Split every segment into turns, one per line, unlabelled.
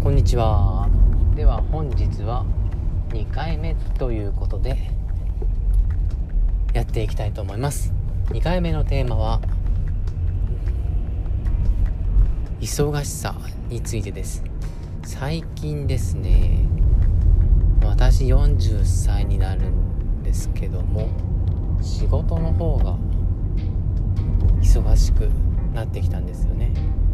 こんにちは。では本日は2回目ということでやっていきたいと思います。2回目のテーマは忙しさについてです。最近ですね、私40歳になるんですけども、仕事の方が忙しくなってきたんですよね。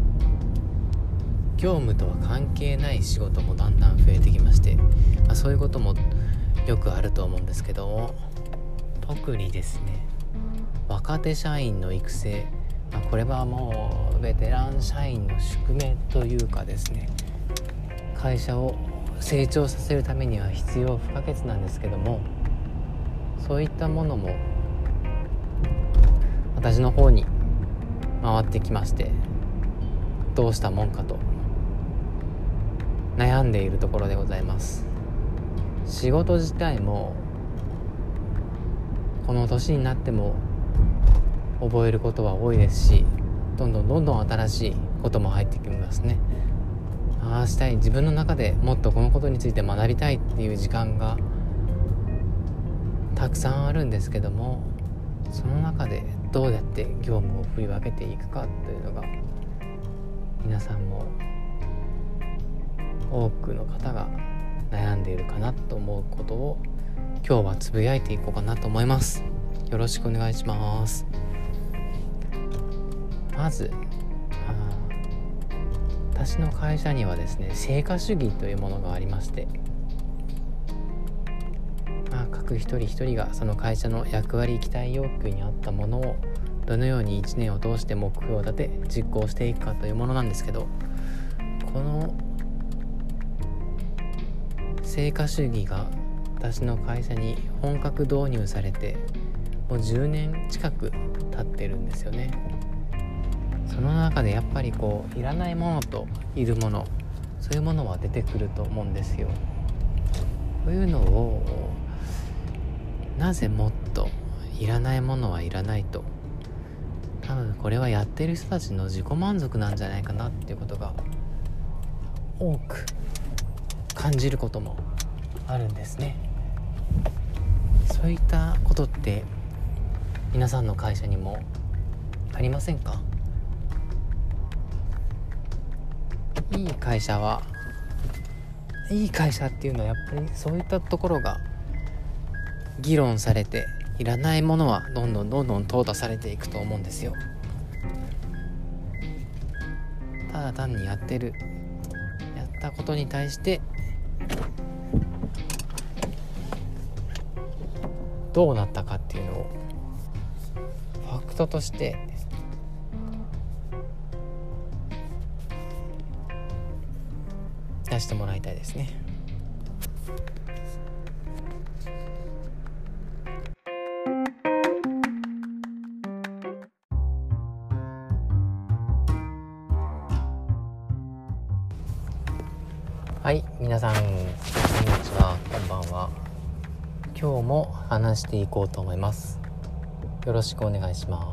業務とは関係ない仕事もだんだん増えてきまして、そういうこともよくあると思うんですけども、特にですね、若手社員の育成、これはもうベテラン社員の宿命というかですね、会社を成長させるためには必要不可欠なんですけども、そういったものも私の方に回ってきまして、どうしたもんかと悩んでいるところでございます。仕事自体もこの年になっても覚えることは多いですし、どんどん新しいことも入ってきますね。したい、自分の中でもっとこのことについて学びたいっていう時間がたくさんあるんですけども、その中でどうやって業務を振り分けていくかというのが、皆さんも多くの方が悩んでいるかなと思うことを今日はつぶやいていこうかなと思います。よろしくお願いします。まず私の会社にはですね、成果主義というものがありまして、各一人一人がその会社の役割期待要求に合ったものをどのように1年を通して目標を立て実行していくかというものなんですけど、この成果主義が私の会社に本格導入されてもう10年近く経ってるんですよね。その中でやっぱりいらないものといるもの、そういうものは出てくると思うんですよ。というのを、なぜもっといらないものはいらないと、多分これはやってる人たちの自己満足なんじゃないかなっていうことが多く感じることもあるんですね。そういったことって皆さんの会社にもありませんか？いい会社っていうのはやっぱりそういったところが議論されて、いらないものはどんどん淘汰されていくと思うんですよ。ただ単にやったことに対してどうなったかっていうのをファクトとして出してもらいたいですね。はい、皆さんこんにちは、こんばんは。今日も話していこうと思います。よろしくお願いします。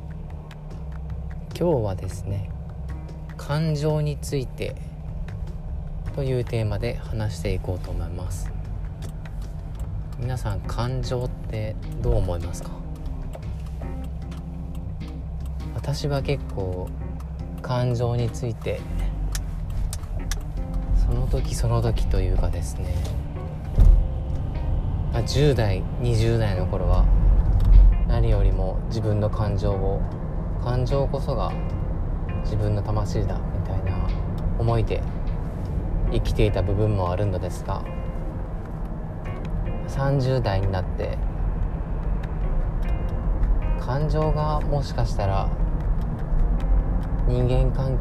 今日はですね、感情についてというテーマで話していこうと思います。皆さん、感情ってどう思いますか？私は結構感情についてその時というかですね、10代20代の頃は何よりも自分の感情こそが自分の魂だみたいな思いで生きていた部分もあるのですが、30代になって感情がもしかしたら人間関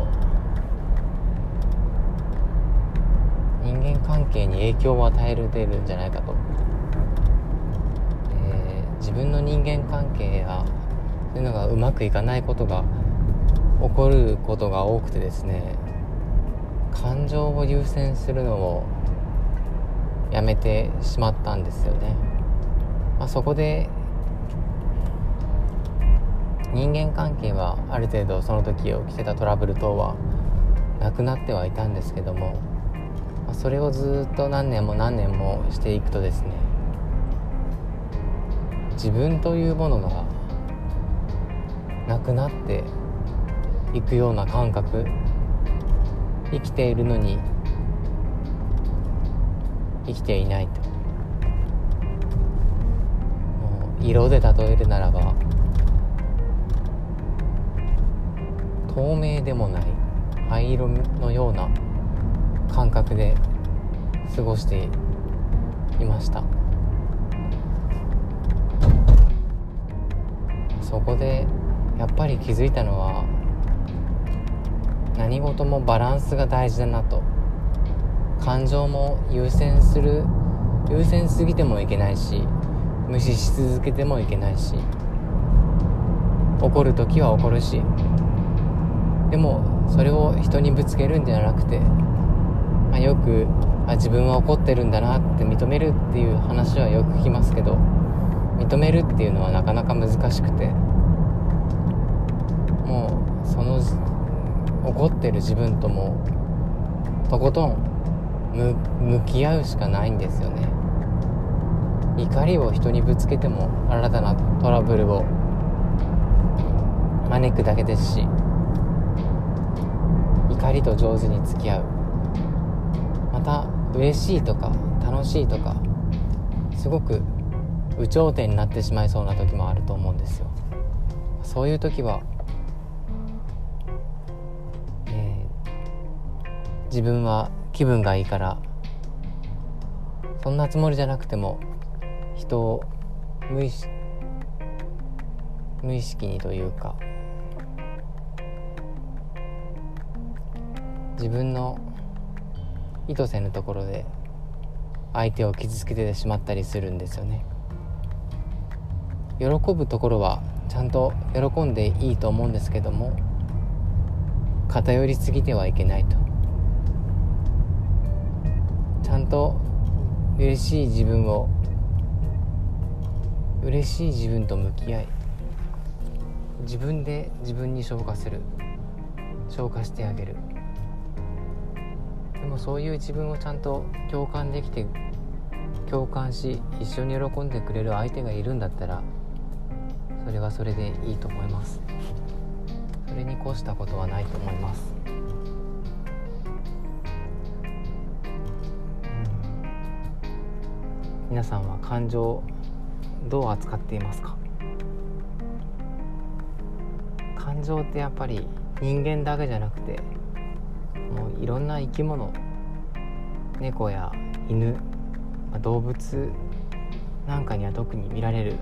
係に影響を与えてるんじゃないかと、自分の人間関係やそういうのがうまくいかないことが起こることが多くてですね、感情を優先するのをやめてしまったんですよね。そこで人間関係はある程度その時起きてたトラブル等はなくなってはいたんですけども、それをずっと何年も何年もしていくとですね、自分というものがなくなっていくような感覚、生きているのに生きていないと。もう色で例えるならば、透明でもない灰色のような感覚で過ごしていました。そこでやっぱり気づいたのは、何事もバランスが大事だなと。感情も優先すぎてもいけないし、無視し続けてもいけないし、怒るときは怒るし、でもそれを人にぶつけるんじゃなくて、よく自分は怒ってるんだなって認めるっていう話はよく聞きますけど、認めるっていうのはなかなか難しくて、もうその怒ってる自分ともとことん向き合うしかないんですよね。怒りを人にぶつけても新たなトラブルを招くだけですし、怒りと上手に付き合う、また嬉しいとか楽しいとか、すごく有頂天になってしまいそうな時もあると思うんですよ。そういう時は、自分は気分がいいから、そんなつもりじゃなくても人を無意識にというか、自分の意図せぬところで相手を傷つけてしまったりするんですよね。喜ぶところはちゃんと喜んでいいと思うんですけども、偏りすぎてはいけないと。ちゃんと嬉しい自分と向き合い、自分で自分に消化してあげる。でもそういう自分をちゃんと共感し、一緒に喜んでくれる相手がいるんだったら、それはそれでいいと思います。それに越したことはないと思います。皆さんは感情をどう扱っていますか？感情ってやっぱり人間だけじゃなくて、もういろんな生き物、猫や犬、動物なんかには特に見られる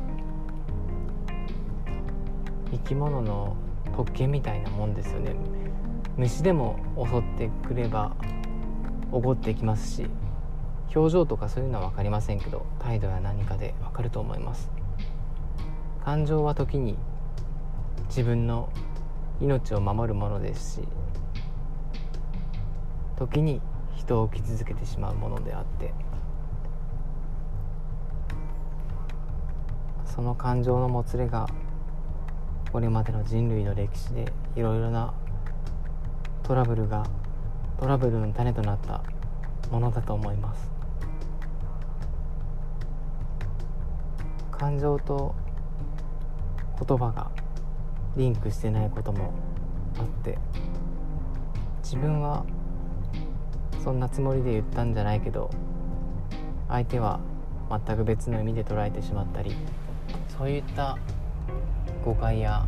生き物の特権みたいなもんですよね。虫でも襲ってくれば怒ってきますし、表情とかそういうのは分かりませんけど、態度や何かで分かると思います。感情は時に自分の命を守るものですし、時に人を傷つけてしまうものであって、その感情のもつれがこれまでの人類の歴史でいろいろなトラブルの種となったものだと思います。感情と言葉がリンクしてないこともあって、自分はそんなつもりで言ったんじゃないけど、相手は全く別の意味で捉えてしまったり、そういった誤解や、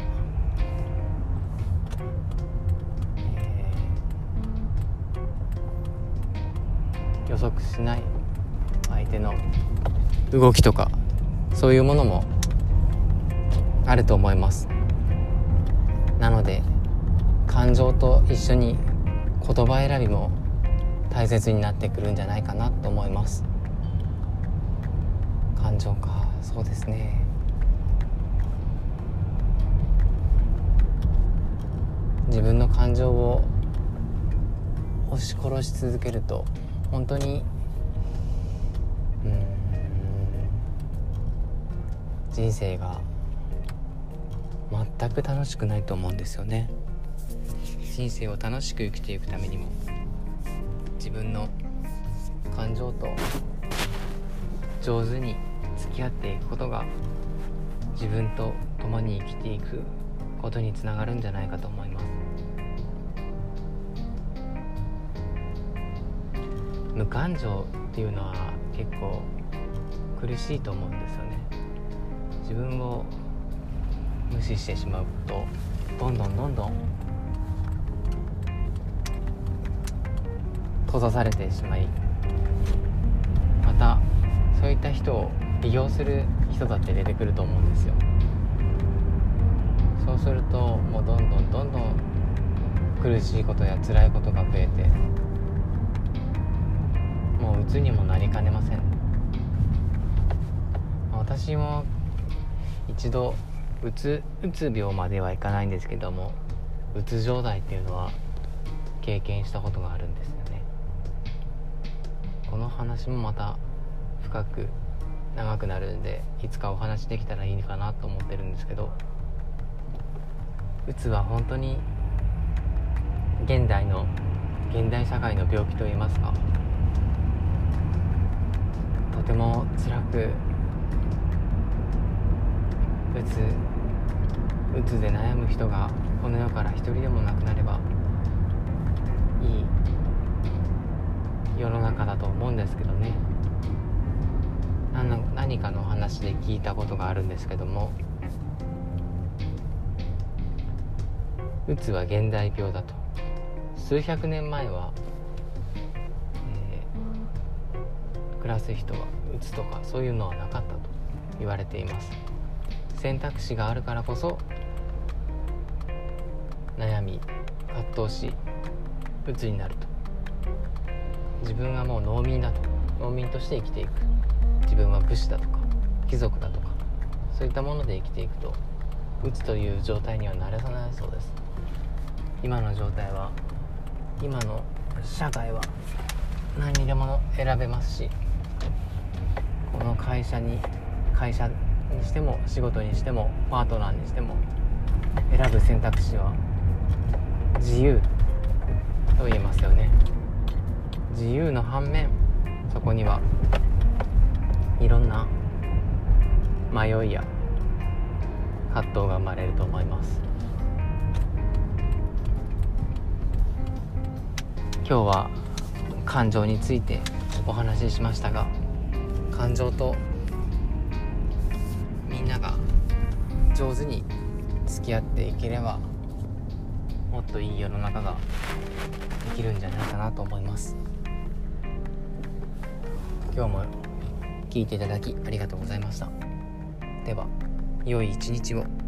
予測しない相手の動きとか、そういうものもあると思います。なので感情と一緒に言葉選びも大切になってくるんじゃないかなと思います。感情か、そうですね。自分の感情を押し殺し続けると本当に人生が全く楽しくないと思うんですよね。 人生を楽しく生きていくためにも、自分の感情と上手に付き合っていくことが自分と共に生きていくことにつながるんじゃないかと思います。無感情っていうのは結構苦しいと思うんですよね。自分を無視してしまうとどんどん閉ざされてしまい、またそういった人を利用する人だって出てくると思うんですよ。そうするともうどんどん苦しいことや辛いことが増えて、もう鬱にもなりかねません。私も一度うつ病まではいかないんですけども、うつ状態っていうのは経験したことがあるんですよね。この話もまた深く長くなるんで、いつかお話できたらいいかなと思ってるんですけど、うつは本当に現代社会の病気といいますか、とても辛くうつで悩む人がこの世から一人でもなくなればいい世の中だと思うんですけどね。何かの話で聞いたことがあるんですけども、うつは現代病だと。数百年前は、暮らす人はうつとかそういうのはなかったと言われています。選択肢があるからこそ悩み葛藤しうつになると。自分はもう農民だと、農民として生きていく、自分は武士だとか貴族だとかそういったもので生きていくと、うつという状態にはなれさないそうです。今の状態は、今の社会は何にでも選べますし、この会社にしても仕事にしてもパートナーにしても選ぶ選択肢は自由と言えますよね。自由の反面、そこにはいろんな迷いや葛藤が生まれると思います。今日は感情についてお話ししましたが、感情とみんなが上手に付き合っていければ、もっといい世の中ができるんじゃないかなと思います。今日も聞いていただきありがとうございました。では、良い一日を。